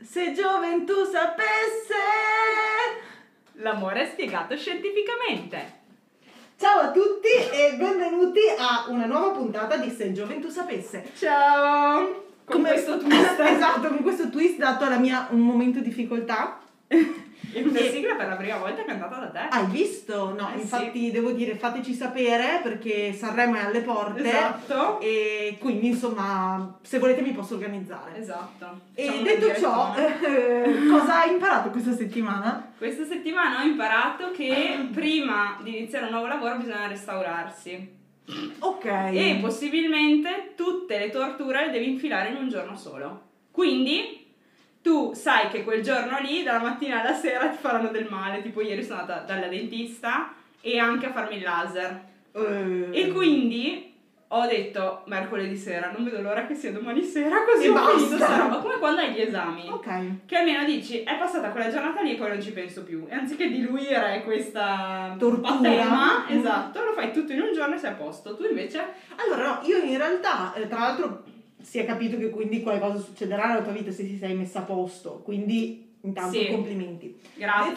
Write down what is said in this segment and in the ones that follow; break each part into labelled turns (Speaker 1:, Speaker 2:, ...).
Speaker 1: Se gioventù sapesse.
Speaker 2: L'amore è spiegato scientificamente.
Speaker 1: Ciao a tutti e benvenuti a una nuova puntata di Se gioventù sapesse.
Speaker 2: Ciao! Con questo twist.
Speaker 1: Esatto, con questo twist dato alla mia un momento di difficoltà.
Speaker 2: E una sigla per la prima volta cantata da te.
Speaker 1: Hai visto? No, infatti
Speaker 2: sì.
Speaker 1: devo dire fateci sapere perché Sanremo è alle porte.
Speaker 2: Esatto.
Speaker 1: E quindi insomma se volete mi posso organizzare.
Speaker 2: Esatto.
Speaker 1: E detto ciò, cosa hai imparato questa settimana?
Speaker 2: Questa settimana ho imparato che prima di iniziare un nuovo lavoro bisogna restaurarsi.
Speaker 1: Ok.
Speaker 2: E possibilmente tutte le torture le devi infilare in un giorno solo. Quindi tu sai che quel giorno lì, dalla mattina alla sera, ti faranno del male. Tipo ieri sono andata dalla dentista e anche a farmi il laser. E quindi ho detto mercoledì sera, non vedo l'ora che sia domani sera, così ho finito sta roba. Come quando hai gli esami.
Speaker 1: Ok.
Speaker 2: Che almeno dici, è passata quella giornata lì e poi non ci penso più. E anziché diluire questa
Speaker 1: tortura,
Speaker 2: patema, esatto, lo fai tutto in un giorno e sei a posto. Tu invece?
Speaker 1: Allora no, io in realtà, tra l'altro si è capito che quindi qualcosa succederà nella tua vita se ti sei messa a posto, quindi intanto
Speaker 2: sì.
Speaker 1: Complimenti.
Speaker 2: Grazie.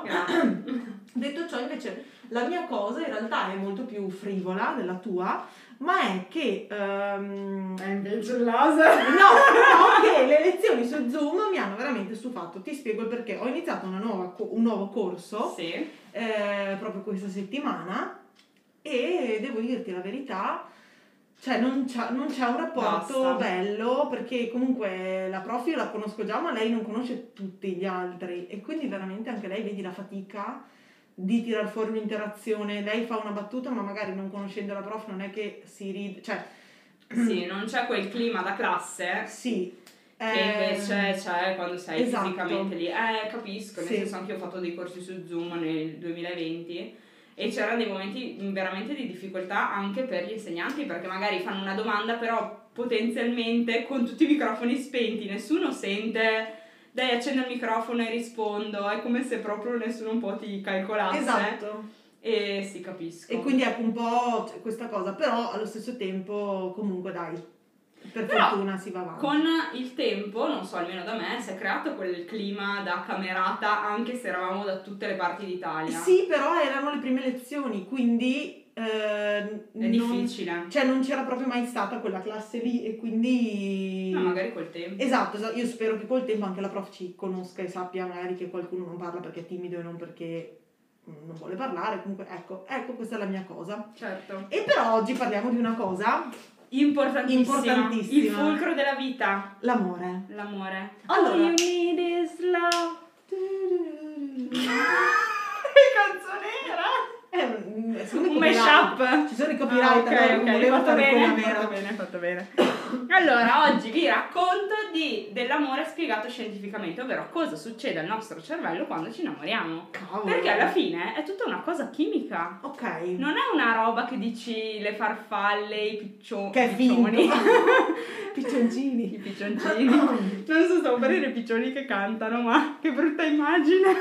Speaker 1: Detto ciò invece la mia cosa in realtà è molto più frivola della tua, ma è che
Speaker 2: è invece il laser.
Speaker 1: no, che le lezioni su Zoom mi hanno veramente stufato. Ti spiego il perché. Ho iniziato un nuovo corso,
Speaker 2: sì.
Speaker 1: proprio questa settimana, e devo dirti la verità, cioè non c'è un rapporto bello, perché comunque la prof io la conosco già, ma lei non conosce tutti gli altri, e quindi veramente anche lei vedi la fatica di tirar fuori un'interazione. Lei fa una battuta, ma magari non conoscendo la prof non è che si ride, cioè
Speaker 2: sì, non c'è quel clima da classe.
Speaker 1: Sì.
Speaker 2: Che invece c'è quando sei fisicamente lì. Capisco, nel
Speaker 1: sì.
Speaker 2: senso anche io ho fatto dei corsi su Zoom nel 2020 e c'erano dei momenti veramente di difficoltà anche per gli insegnanti, perché magari fanno una domanda però potenzialmente con tutti i microfoni spenti, nessuno sente dai accendo il microfono e rispondo, è come se proprio nessuno un po' ti calcolasse.
Speaker 1: Esatto.
Speaker 2: E sì, capisco.
Speaker 1: E quindi ecco un po' questa cosa, però allo stesso tempo comunque dai, per fortuna si va avanti.
Speaker 2: Con il tempo, non so, almeno da me, si è creato quel clima da camerata anche se eravamo da tutte le parti d'Italia.
Speaker 1: Sì, però erano le prime lezioni, quindi
Speaker 2: è difficile.
Speaker 1: Cioè non c'era proprio mai stata quella classe lì e quindi...
Speaker 2: No, magari col tempo.
Speaker 1: Esatto, io spero che col tempo anche la prof ci conosca e sappia magari che qualcuno non parla perché è timido e non perché non vuole parlare. Comunque ecco questa è la mia cosa.
Speaker 2: Certo.
Speaker 1: E però oggi parliamo di una cosa
Speaker 2: importantissima. Il fulcro della vita.
Speaker 1: L'amore.
Speaker 2: Allora. All you need is love. Che canzone era?
Speaker 1: Un
Speaker 2: mashup.
Speaker 1: Ci sono i copyright,
Speaker 2: ok,
Speaker 1: fatto
Speaker 2: bene. Allora, oggi vi racconto dell'amore spiegato scientificamente, ovvero cosa succede al nostro cervello quando ci innamoriamo.
Speaker 1: Cavolo.
Speaker 2: Perché alla fine è tutta una cosa chimica.
Speaker 1: Ok.
Speaker 2: Non è una roba che dici le farfalle, i piccioni.
Speaker 1: Che è finto. Piccioncini.
Speaker 2: I piccioncini. Non so, stavo per dire i piccioni che cantano, ma che brutta immagine.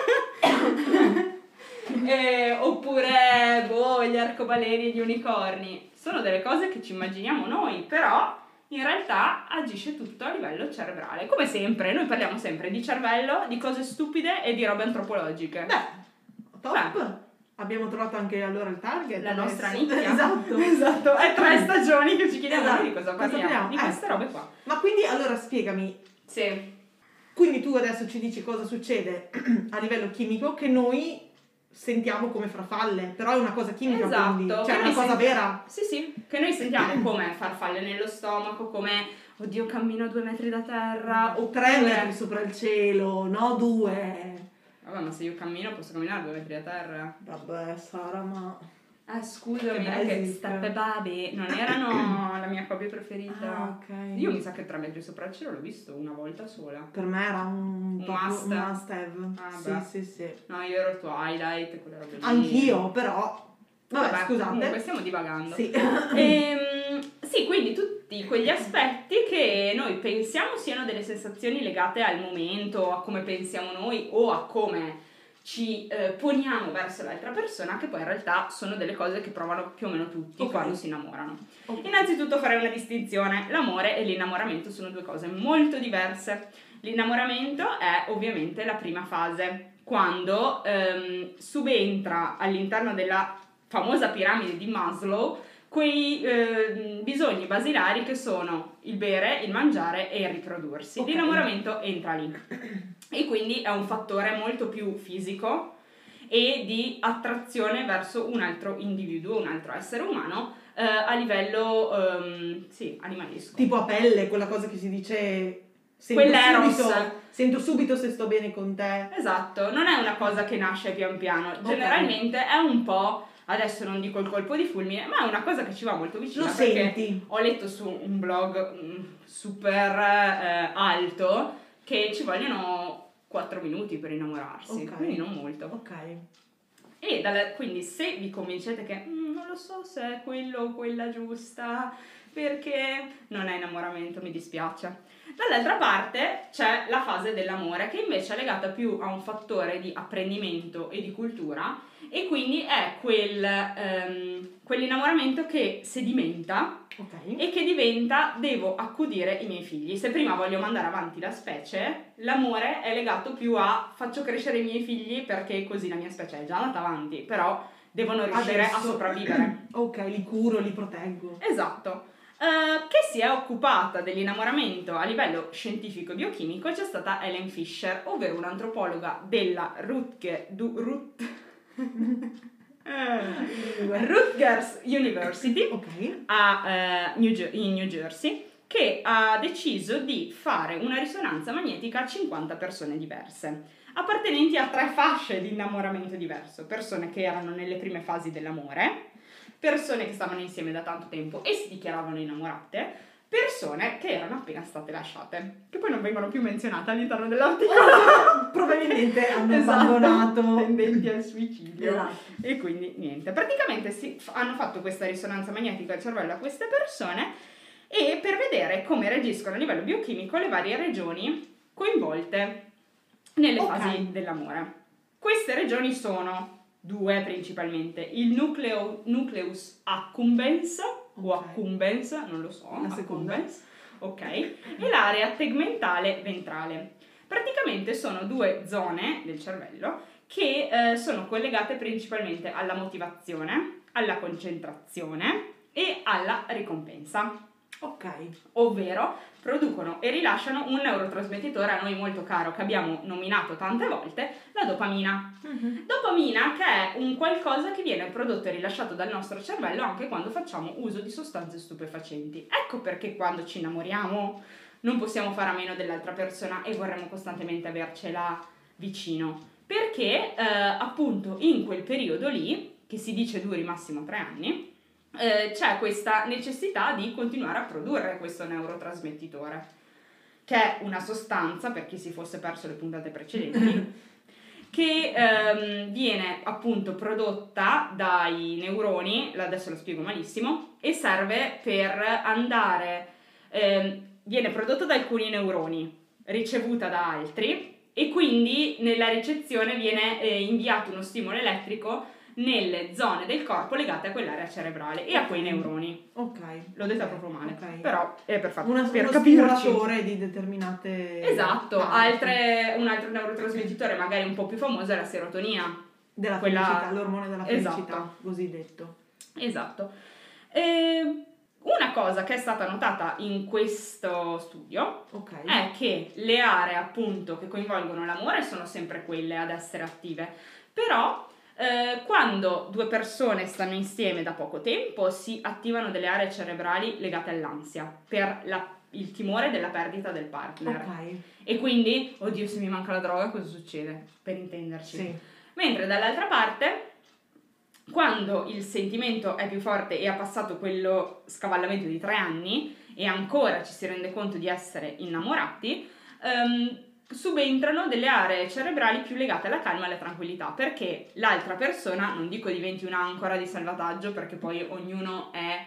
Speaker 2: Oppure gli arcobaleni e gli unicorni. Sono delle cose che ci immaginiamo noi, però in realtà agisce tutto a livello cerebrale. Come sempre, noi parliamo sempre di cervello, di cose stupide e di robe antropologiche.
Speaker 1: Top. Abbiamo trovato anche allora il target.
Speaker 2: La nostra nicchia.
Speaker 1: Esatto.
Speaker 2: È 3 stagioni che ci chiediamo di cosa parliamo. Di queste robe qua.
Speaker 1: Ma quindi allora spiegami.
Speaker 2: Sì.
Speaker 1: Quindi tu adesso ci dici cosa succede a livello chimico che noi sentiamo come farfalle, però è una cosa chimica, quindi, cioè è una cosa vera.
Speaker 2: Sì, che noi sentiamo come farfalle nello stomaco, come oddio cammino 2 metri da terra,
Speaker 1: o 3 metri sopra il cielo, no 2.
Speaker 2: Vabbè, ma se io cammino posso camminare 2 metri da terra.
Speaker 1: Vabbè, Sara, ma...
Speaker 2: scusami, che Steppe Baby non erano la mia coppia preferita.
Speaker 1: Ok.
Speaker 2: Io mi sa che 3 metri sopra il cielo l'ho visto una volta sola.
Speaker 1: Per me era un must
Speaker 2: have.
Speaker 1: Sì.
Speaker 2: No, io ero Twilight, quelle robe lì.
Speaker 1: Anch'io, però... Vabbè, scusate.
Speaker 2: Comunque stiamo divagando.
Speaker 1: Sì.
Speaker 2: Sì, quindi tutti quegli aspetti che noi pensiamo siano delle sensazioni legate al momento, a come pensiamo noi o a come ci poniamo verso l'altra persona, che poi in realtà sono delle cose che provano più o meno tutti quando si innamorano. Innanzitutto farei una distinzione: l'amore e l'innamoramento sono 2 cose molto diverse. L'innamoramento è ovviamente la prima fase, quando subentra all'interno della famosa piramide di Maslow quei bisogni basilari che sono il bere, il mangiare e il riprodursi.
Speaker 1: Ok.
Speaker 2: L'innamoramento entra lì e quindi è un fattore molto più fisico e di attrazione verso un altro individuo, un altro essere umano a livello animalisco.
Speaker 1: Tipo a pelle, quella cosa che si dice
Speaker 2: Quell'eros.
Speaker 1: sento subito se sto bene con te.
Speaker 2: Esatto, non è una cosa che nasce pian piano, generalmente è un po', adesso non dico il colpo di fulmine, ma è una cosa che ci va molto vicino.
Speaker 1: Lo
Speaker 2: perché
Speaker 1: senti.
Speaker 2: ho letto su un blog super alto che ci vogliono 4 minuti per innamorarsi,
Speaker 1: Ok.
Speaker 2: quindi non molto.
Speaker 1: Ok.
Speaker 2: E quindi se vi convincete che non lo so se è quello o quella giusta, perché non è innamoramento, mi dispiace. Dall'altra parte c'è la fase dell'amore, che invece è legata più a un fattore di apprendimento e di cultura, e quindi è quell'innamoramento che sedimenta
Speaker 1: Ok.
Speaker 2: e che diventa devo accudire i miei figli. Se prima voglio mandare avanti la specie, l'amore è legato più a faccio crescere i miei figli perché così la mia specie è già andata avanti, però devono riuscire a sopravvivere.
Speaker 1: Ok, li curo, li proteggo.
Speaker 2: Esatto. Che si è occupata dell'innamoramento a livello scientifico e biochimico c'è stata Helen Fisher, ovvero un'antropologa della Rutgers University
Speaker 1: Ok.
Speaker 2: in New Jersey, che ha deciso di fare una risonanza magnetica a 50 persone diverse, appartenenti a 3 fasce di innamoramento diverso: persone che erano nelle prime fasi dell'amore, persone che stavano insieme da tanto tempo e si dichiaravano innamorate, persone che erano appena state lasciate, che poi non vengono più menzionate all'interno dell'articolo.
Speaker 1: Probabilmente hanno
Speaker 2: Esatto,
Speaker 1: abbandonato.
Speaker 2: tendenti al suicidio.
Speaker 1: Esatto.
Speaker 2: E quindi niente, praticamente hanno fatto questa risonanza magnetica al cervello a queste persone e per vedere come reagiscono a livello biochimico le varie regioni coinvolte nelle
Speaker 1: Ok.
Speaker 2: fasi dell'amore. Queste regioni sono 2 principalmente: il nucleus accumbens o
Speaker 1: Ok.
Speaker 2: accumbens, non lo so,
Speaker 1: La seconda.
Speaker 2: accumbens, ok, e l'area tegmentale ventrale. Praticamente sono 2 zone del cervello che sono collegate principalmente alla motivazione, alla concentrazione e alla ricompensa,
Speaker 1: Ok.
Speaker 2: ovvero producono e rilasciano un neurotrasmettitore a noi molto caro che abbiamo nominato tante volte, la dopamina. Dopamina che è un qualcosa che viene prodotto e rilasciato dal nostro cervello anche quando facciamo uso di sostanze stupefacenti. Ecco perché quando ci innamoriamo non possiamo fare a meno dell'altra persona e vorremmo costantemente avercela vicino, perché appunto in quel periodo lì, che si dice duri massimo 3 anni, c'è questa necessità di continuare a produrre questo neurotrasmettitore, che è una sostanza, per chi si fosse perso le puntate precedenti, che viene appunto prodotta dai neuroni, adesso lo spiego malissimo, e serve per andare, viene prodotta da alcuni neuroni, ricevuta da altri, e quindi nella ricezione viene inviato uno stimolo elettrico nelle zone del corpo legate a quell'area cerebrale e a quei neuroni.
Speaker 1: Ok.
Speaker 2: L'ho detta proprio male,
Speaker 1: Ok.
Speaker 2: però è per far
Speaker 1: Uno
Speaker 2: capirci.
Speaker 1: stimolatore di determinate
Speaker 2: Esatto,
Speaker 1: parti
Speaker 2: un altro neurotrasmettitore magari un po' più famoso è la serotonina.
Speaker 1: della
Speaker 2: quella-
Speaker 1: felicità, l'ormone della felicità,
Speaker 2: Esatto.
Speaker 1: cosiddetto.
Speaker 2: Esatto. Una cosa che è stata notata in questo studio
Speaker 1: Ok.
Speaker 2: è che le aree appunto che coinvolgono l'amore sono sempre quelle ad essere attive, però quando 2 persone stanno insieme da poco tempo si attivano delle aree cerebrali legate all'ansia per il timore della perdita del partner.
Speaker 1: Ok.
Speaker 2: E quindi, oddio, se mi manca la droga cosa succede? Per intenderci.
Speaker 1: Sì.
Speaker 2: Mentre dall'altra parte, quando il sentimento è più forte e ha passato quello scavallamento di 3 anni e ancora ci si rende conto di essere innamorati, subentrano delle aree cerebrali più legate alla calma e alla tranquillità, perché l'altra persona, non dico diventi un'ancora di salvataggio, perché poi ognuno è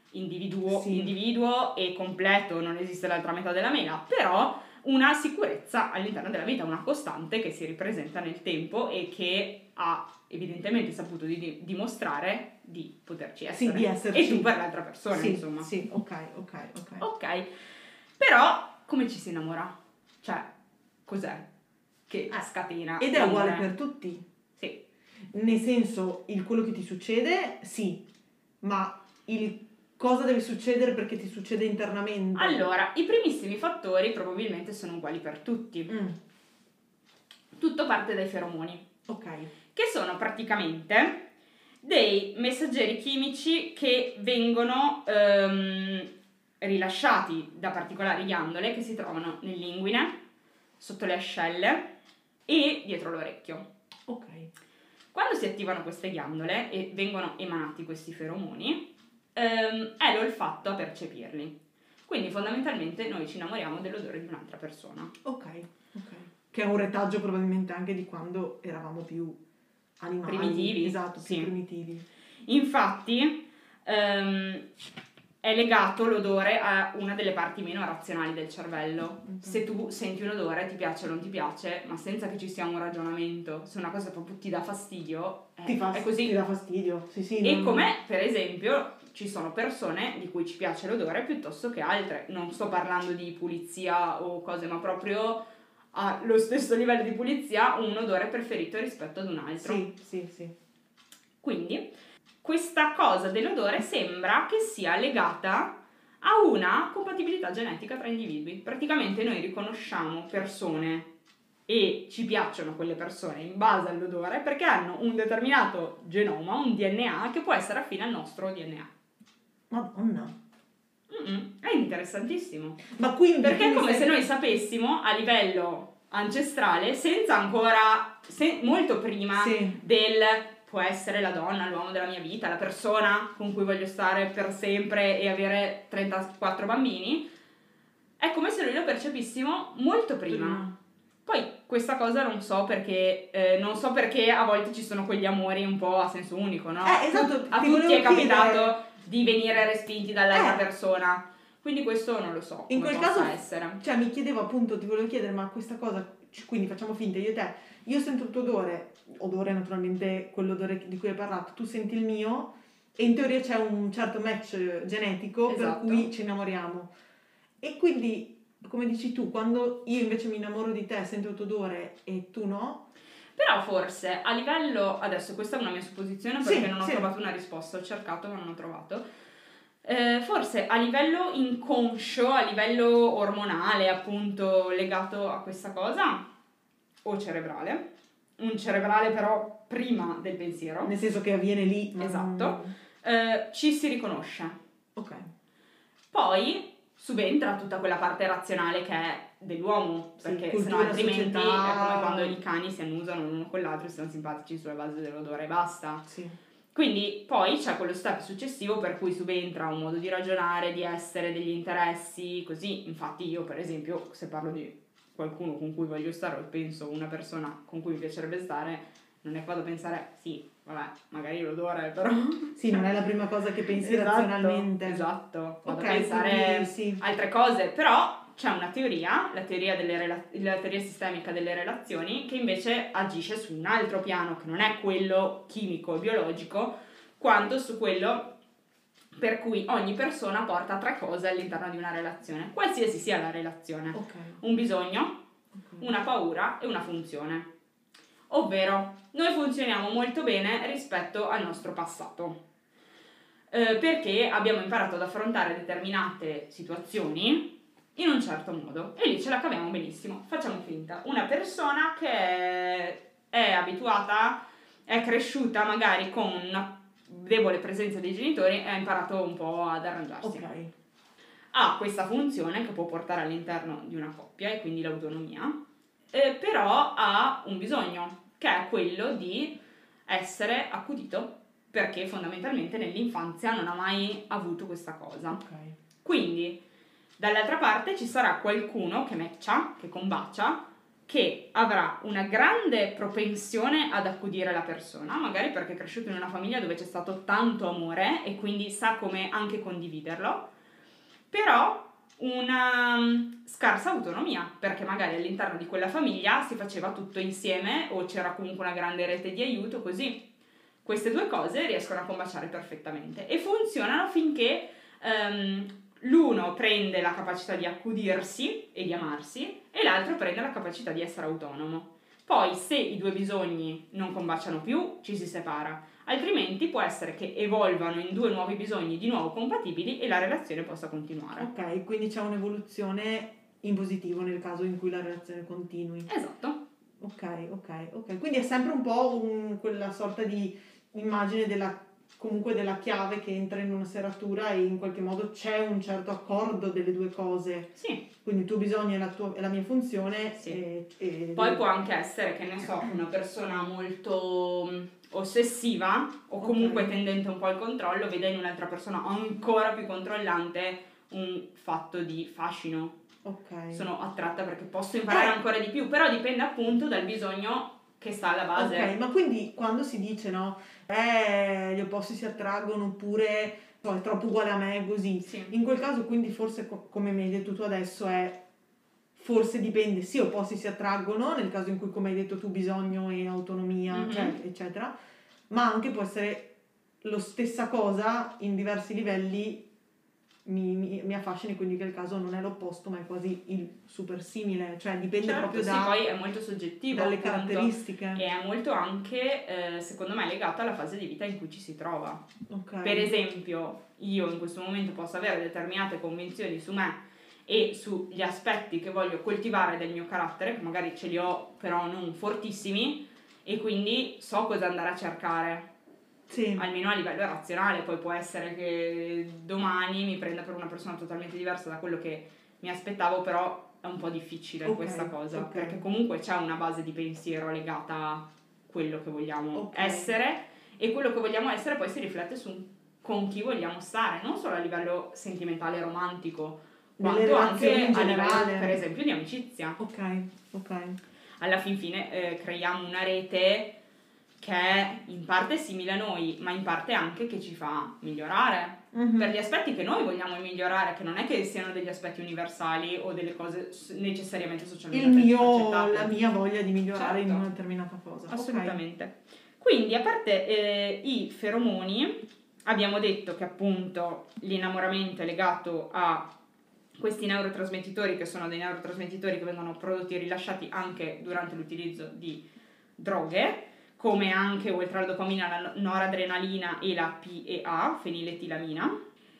Speaker 2: individuo e completo, non esiste l'altra metà della mela, però una sicurezza all'interno della vita, una costante che si ripresenta nel tempo e che ha evidentemente saputo dimostrare di poterci essere.
Speaker 1: Sì, di esserci.
Speaker 2: E tu per l'altra persona,
Speaker 1: Sì,
Speaker 2: insomma.
Speaker 1: sì, ok.
Speaker 2: Ok, però come ci si innamora? Cioè, cos'è che scatena.
Speaker 1: Ed è uguale per tutti.
Speaker 2: Sì.
Speaker 1: Nel senso, quello che ti succede, sì, ma il cosa deve succedere perché ti succede internamente?
Speaker 2: Allora, i primissimi fattori probabilmente sono uguali per tutti. Tutto parte dai feromoni.
Speaker 1: Ok.
Speaker 2: Che sono praticamente dei messaggeri chimici che vengono rilasciati da particolari ghiandole che si trovano nell'inguine, sotto le ascelle e dietro l'orecchio.
Speaker 1: Ok.
Speaker 2: Quando si attivano queste ghiandole e vengono emanati questi feromoni, è l'olfatto a percepirli. Quindi fondamentalmente noi ci innamoriamo dell'odore di un'altra persona.
Speaker 1: Ok. Che è un retaggio probabilmente anche di quando eravamo più animali.
Speaker 2: Primitivi.
Speaker 1: Esatto, più
Speaker 2: sì.
Speaker 1: primitivi.
Speaker 2: Infatti è legato l'odore a una delle parti meno razionali del cervello. Se tu senti un odore, ti piace o non ti piace, ma senza che ci sia un ragionamento, se una cosa proprio ti dà fastidio, è così.
Speaker 1: Ti dà fastidio, sì.
Speaker 2: E come, per esempio, ci sono persone di cui ci piace l'odore piuttosto che altre. Non sto parlando di pulizia o cose, ma proprio allo stesso livello di pulizia un odore preferito rispetto ad un altro.
Speaker 1: Sì.
Speaker 2: Quindi questa cosa dell'odore sembra che sia legata a una compatibilità genetica tra individui. Praticamente noi riconosciamo persone e ci piacciono quelle persone in base all'odore perché hanno un determinato genoma, un DNA che può essere affine al nostro DNA.
Speaker 1: Madonna.
Speaker 2: È interessantissimo.
Speaker 1: Ma quindi
Speaker 2: perché è come se noi sapessimo a livello ancestrale, senza ancora, molto prima del può essere la donna, l'uomo della mia vita, la persona con cui voglio stare per sempre e avere 34 bambini, è come se noi lo percepissimo molto prima. Poi questa cosa non so perché a volte ci sono quegli amori un po' a senso unico, no?
Speaker 1: Esatto,
Speaker 2: a tutti è capitato di venire respinti dall'altra persona. Quindi questo non lo so.
Speaker 1: In
Speaker 2: come
Speaker 1: quel
Speaker 2: possa
Speaker 1: caso,
Speaker 2: essere.
Speaker 1: Cioè, mi chiedevo appunto, ti volevo chiedere, ma questa cosa, quindi facciamo finta, io e te, io sento il tuo odore naturalmente quell'odore di cui hai parlato, tu senti il mio e in teoria c'è un certo match genetico per cui ci innamoriamo. E quindi, come dici tu, quando io invece mi innamoro di te, sento il tuo odore e tu no?
Speaker 2: Però forse a livello, adesso questa è una mia supposizione perché non ho trovato una risposta, ho cercato ma non ho trovato. Forse a livello inconscio, a livello ormonale appunto legato a questa cosa, o cerebrale, un cerebrale però prima del pensiero.
Speaker 1: Nel senso che avviene lì.
Speaker 2: Esatto. Ci si riconosce.
Speaker 1: Ok.
Speaker 2: Poi subentra tutta quella parte razionale che è dell'uomo, perché sennò altrimenti è come quando i cani si annusano l'uno con l'altro e sono simpatici sulla base dell'odore e basta.
Speaker 1: Sì.
Speaker 2: Quindi poi c'è quello step successivo per cui subentra un modo di ragionare, di essere, degli interessi, così. Infatti io per esempio, se parlo di qualcuno con cui voglio stare o penso una persona con cui mi piacerebbe stare, non è che vado a pensare, sì, vabbè, magari l'odore però...
Speaker 1: Sì, non è la prima cosa che pensi razionalmente.
Speaker 2: Esatto, vado a pensare altre cose, però c'è una teoria, la teoria sistemica delle relazioni, che invece agisce su un altro piano, che non è quello chimico e biologico, quanto su quello per cui ogni persona porta 3 cose all'interno di una relazione, qualsiasi sia la relazione. Un bisogno, una paura e una funzione. Ovvero, noi funzioniamo molto bene rispetto al nostro passato, perché abbiamo imparato ad affrontare determinate situazioni in un certo modo e lì ce la caviamo benissimo. Facciamo finta, una persona che è abituata, è cresciuta magari con una debole presenza dei genitori e ha imparato un po' ad arrangiarsi. Ha questa funzione che può portare all'interno di una coppia e quindi l'autonomia, però ha un bisogno che è quello di essere accudito, perché fondamentalmente nell'infanzia non ha mai avuto questa cosa. Quindi dall'altra parte ci sarà qualcuno che matcha, che combacia, che avrà una grande propensione ad accudire la persona, magari perché è cresciuto in una famiglia dove c'è stato tanto amore e quindi sa come anche condividerlo, però una scarsa autonomia, perché magari all'interno di quella famiglia si faceva tutto insieme o c'era comunque una grande rete di aiuto, così. Queste 2 cose riescono a combaciare perfettamente e funzionano finché l'uno prende la capacità di accudirsi e di amarsi e l'altro prende la capacità di essere autonomo. Poi se i due bisogni non combaciano più ci si separa, altrimenti può essere che evolvano in due nuovi bisogni di nuovo compatibili e la relazione possa continuare.
Speaker 1: Ok, quindi c'è un'evoluzione in positivo nel caso in cui la relazione continui.
Speaker 2: Esatto.
Speaker 1: Ok. Quindi è sempre un po' quella sorta di immagine comunque della chiave che entra in una serratura e in qualche modo c'è un certo accordo delle due cose.
Speaker 2: Sì.
Speaker 1: Quindi il tuo bisogno è la mia funzione.
Speaker 2: Sì. Poi può anche essere, che ne so, una persona molto ossessiva o comunque tendente un po' al controllo vede in un'altra persona ancora più controllante un fatto di fascino.
Speaker 1: Ok.
Speaker 2: Sono attratta perché posso imparare ancora di più, però dipende appunto dal bisogno che sta alla base.
Speaker 1: Ok, ma quindi quando si dice no, gli opposti si attraggono oppure è troppo uguale a me così,
Speaker 2: sì.
Speaker 1: In quel caso quindi forse come mi hai detto tu adesso forse dipende, sì, opposti si attraggono nel caso in cui come hai detto tu bisogno e autonomia, cioè, eccetera, ma anche può essere lo stessa cosa in diversi livelli. Mi affascina, quindi che il caso non è l'opposto ma è quasi il super simile, cioè dipende proprio
Speaker 2: sì, poi è molto soggettivo
Speaker 1: dalle
Speaker 2: appunto,
Speaker 1: caratteristiche
Speaker 2: e è molto anche secondo me legato alla fase di vita in cui ci si trova.
Speaker 1: Okay.
Speaker 2: Per esempio io in questo momento posso avere determinate convinzioni su me e sugli aspetti che voglio coltivare del mio carattere, che magari ce li ho però non fortissimi, e quindi so cosa andare a cercare. Sì. Almeno a livello razionale. Poi può essere che domani mi prenda per una persona totalmente diversa da quello che mi aspettavo, però è un po' difficile questa cosa, perché comunque c'è una base di pensiero legata a quello che vogliamo essere, e quello che vogliamo essere poi si riflette su con chi vogliamo stare, non solo a livello sentimentale e romantico, quanto anche a livello per esempio di amicizia.
Speaker 1: Ok.
Speaker 2: Alla fin fine creiamo una rete che è in parte simile a noi, ma in parte anche che ci fa migliorare per gli aspetti che noi vogliamo migliorare, che non è che siano degli aspetti universali o delle cose necessariamente socialmente accettate.
Speaker 1: La mia voglia di migliorare in una determinata cosa.
Speaker 2: Assolutamente. Quindi a parte i feromoni, abbiamo detto che appunto l'innamoramento è legato a questi neurotrasmettitori, che sono dei neurotrasmettitori che vengono prodotti e rilasciati anche durante l'utilizzo di droghe, come anche oltre alla dopamina la noradrenalina e la PEA, feniletilamina,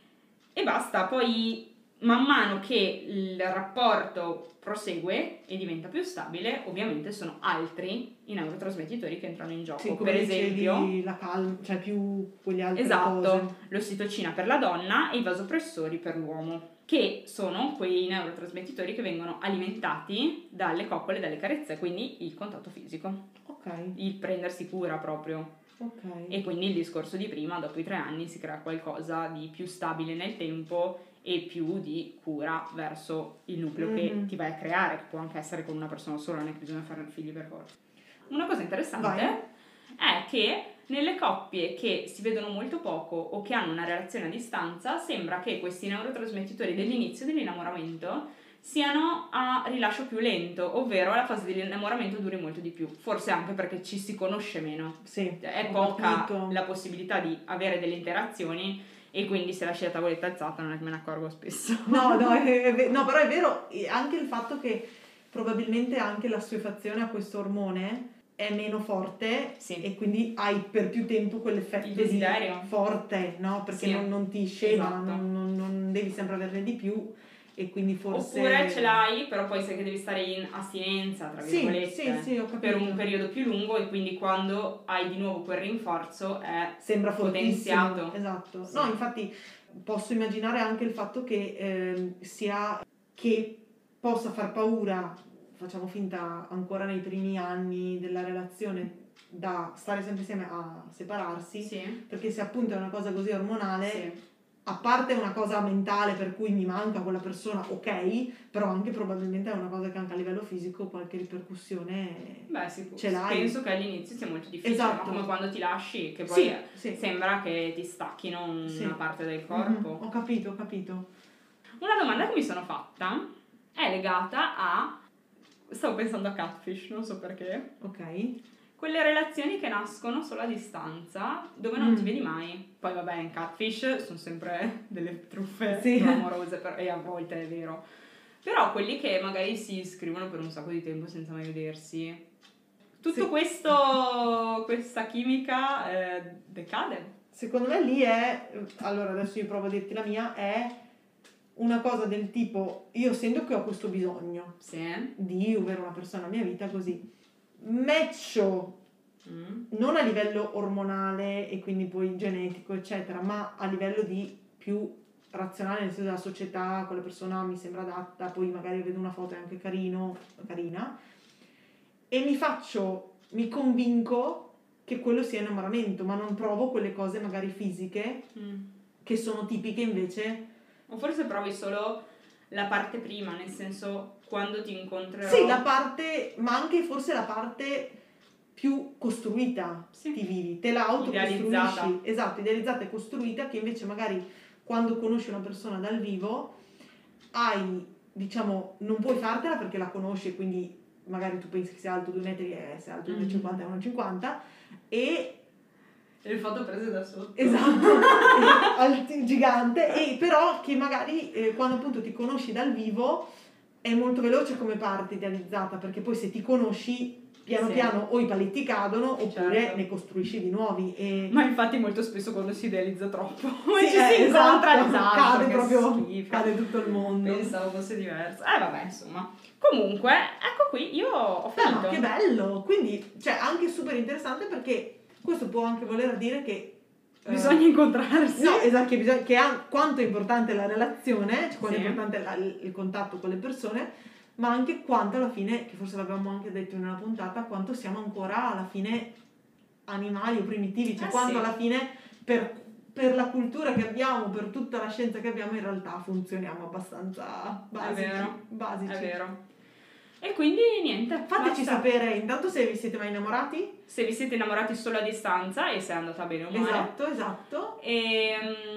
Speaker 2: e basta. Poi man mano che il rapporto prosegue e diventa più stabile, ovviamente sono altri i neurotrasmettitori che entrano in gioco.
Speaker 1: Sì, come
Speaker 2: per esempio
Speaker 1: la calma, cioè più quegli altri
Speaker 2: esatto, l'ossitocina per la donna e i vasopressori per l'uomo, che sono quei neurotrasmettitori che vengono alimentati dalle coccole, dalle carezze, quindi il contatto fisico. Il prendersi cura proprio. E quindi il discorso di prima, dopo i 3 anni si crea qualcosa di più stabile nel tempo e più di cura verso il nucleo che ti vai a creare, che può anche essere con una persona sola, non è che bisogna fare figli per forza. Una cosa interessante è che nelle coppie che si vedono molto poco o che hanno una relazione a distanza, sembra che questi neurotrasmettitori dell'inizio dell'innamoramento siano a rilascio più lento, ovvero la fase dell'innamoramento duri molto di più, forse anche perché ci si conosce meno. È poca la possibilità di avere delle interazioni e quindi se lasci la tavoletta alzata non è che me ne accorgo spesso.
Speaker 1: No, però è vero anche il fatto che probabilmente anche l'assuefazione a questo ormone è meno forte e quindi hai per più tempo quell'effetto di forte, no? Perché non ti scema, non devi sempre averne di più. E quindi forse
Speaker 2: oppure ce l'hai però poi sai che devi stare in astinenza tra virgolette
Speaker 1: ho capito,
Speaker 2: per un periodo più lungo, e quindi quando hai di nuovo quel rinforzo
Speaker 1: sembra
Speaker 2: potenziato.
Speaker 1: Esatto. No, infatti posso immaginare anche il fatto che sia che possa far paura, facciamo finta ancora nei primi anni della relazione, da stare sempre insieme a separarsi, perché se appunto è una cosa così ormonale, a parte una cosa mentale per cui mi manca quella persona, però anche probabilmente è una cosa che anche a livello fisico qualche ripercussione ce l'hai.
Speaker 2: Penso che all'inizio sia molto difficile, ma come quando ti lasci, che poi sembra che ti stacchino una parte del corpo.
Speaker 1: Ho capito.
Speaker 2: Una domanda che mi sono fatta è legata a... Stavo pensando a Catfish, non so perché. quelle relazioni che nascono solo a distanza, dove non ti vedi mai. Poi vabbè, in Catfish sono sempre delle truffe amorose, e a volte è vero. Però quelli che magari si scrivono per un sacco di tempo senza mai vedersi, tutto questa chimica decade.
Speaker 1: Secondo me lì è, allora adesso io provo a dirti la mia, è una cosa del tipo, io sento che ho questo bisogno di avere una persona nella mia vita così, matcho non a livello ormonale e quindi poi genetico eccetera, ma a livello di più razionale, nel senso della società, quella persona mi sembra adatta, poi magari vedo una foto è anche carina e mi convinco che quello sia innamoramento, ma non provo quelle cose magari fisiche che sono tipiche invece.
Speaker 2: O forse provi solo la parte prima, nel senso quando ti incontrerò.
Speaker 1: Sì, la parte, ma anche forse la parte più costruita ti vivi, te la autocostruisci. Esatto, idealizzata e costruita, che invece magari quando conosci una persona dal vivo hai, diciamo, non puoi fartela perché la conosci e quindi magari tu pensi che sia alto 2 metri e sia alto 2,50 e 1,50 e
Speaker 2: le foto prese da sotto.
Speaker 1: Esatto, gigante, e però che magari quando appunto ti conosci dal vivo è molto veloce come parte idealizzata, perché poi se ti conosci piano piano o i paletti cadono oppure ne costruisci di nuovi.
Speaker 2: Ma infatti molto spesso quando si idealizza troppo ci si incontra,
Speaker 1: cade tutto il mondo.
Speaker 2: Pensavo fosse diverso. Vabbè, insomma. Comunque, ecco qui, io ho finito.
Speaker 1: No, che bello! Quindi, cioè, anche super interessante perché questo può anche voler dire che
Speaker 2: bisogna incontrarsi.
Speaker 1: No, esatto, quanto è importante la relazione, cioè quanto è importante il contatto con le persone, ma anche quanto alla fine, che forse l'abbiamo anche detto in una puntata, quanto siamo ancora alla fine animali o primitivi, cioè quanto alla fine per la cultura che abbiamo, per tutta la scienza che abbiamo, in realtà funzioniamo abbastanza basici.
Speaker 2: È vero. E quindi niente,
Speaker 1: fateci sapere intanto se vi siete mai innamorati,
Speaker 2: se vi siete innamorati solo a distanza e se è andata bene o male.
Speaker 1: Esatto.
Speaker 2: E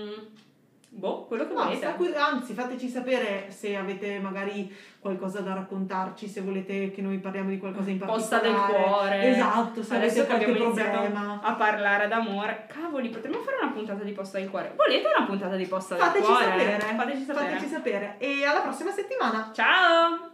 Speaker 2: quello che volete.
Speaker 1: Anzi, fateci sapere se avete magari qualcosa da raccontarci, se volete che noi parliamo di qualcosa in particolare.
Speaker 2: Posta del cuore.
Speaker 1: Esatto, se
Speaker 2: adesso
Speaker 1: avete
Speaker 2: che
Speaker 1: qualche
Speaker 2: abbiamo
Speaker 1: problema
Speaker 2: a parlare d'amore. Cavoli, potremmo fare una puntata di posta del cuore. Volete una puntata di posta del cuore?
Speaker 1: Fateci sapere. E alla prossima settimana.
Speaker 2: Ciao!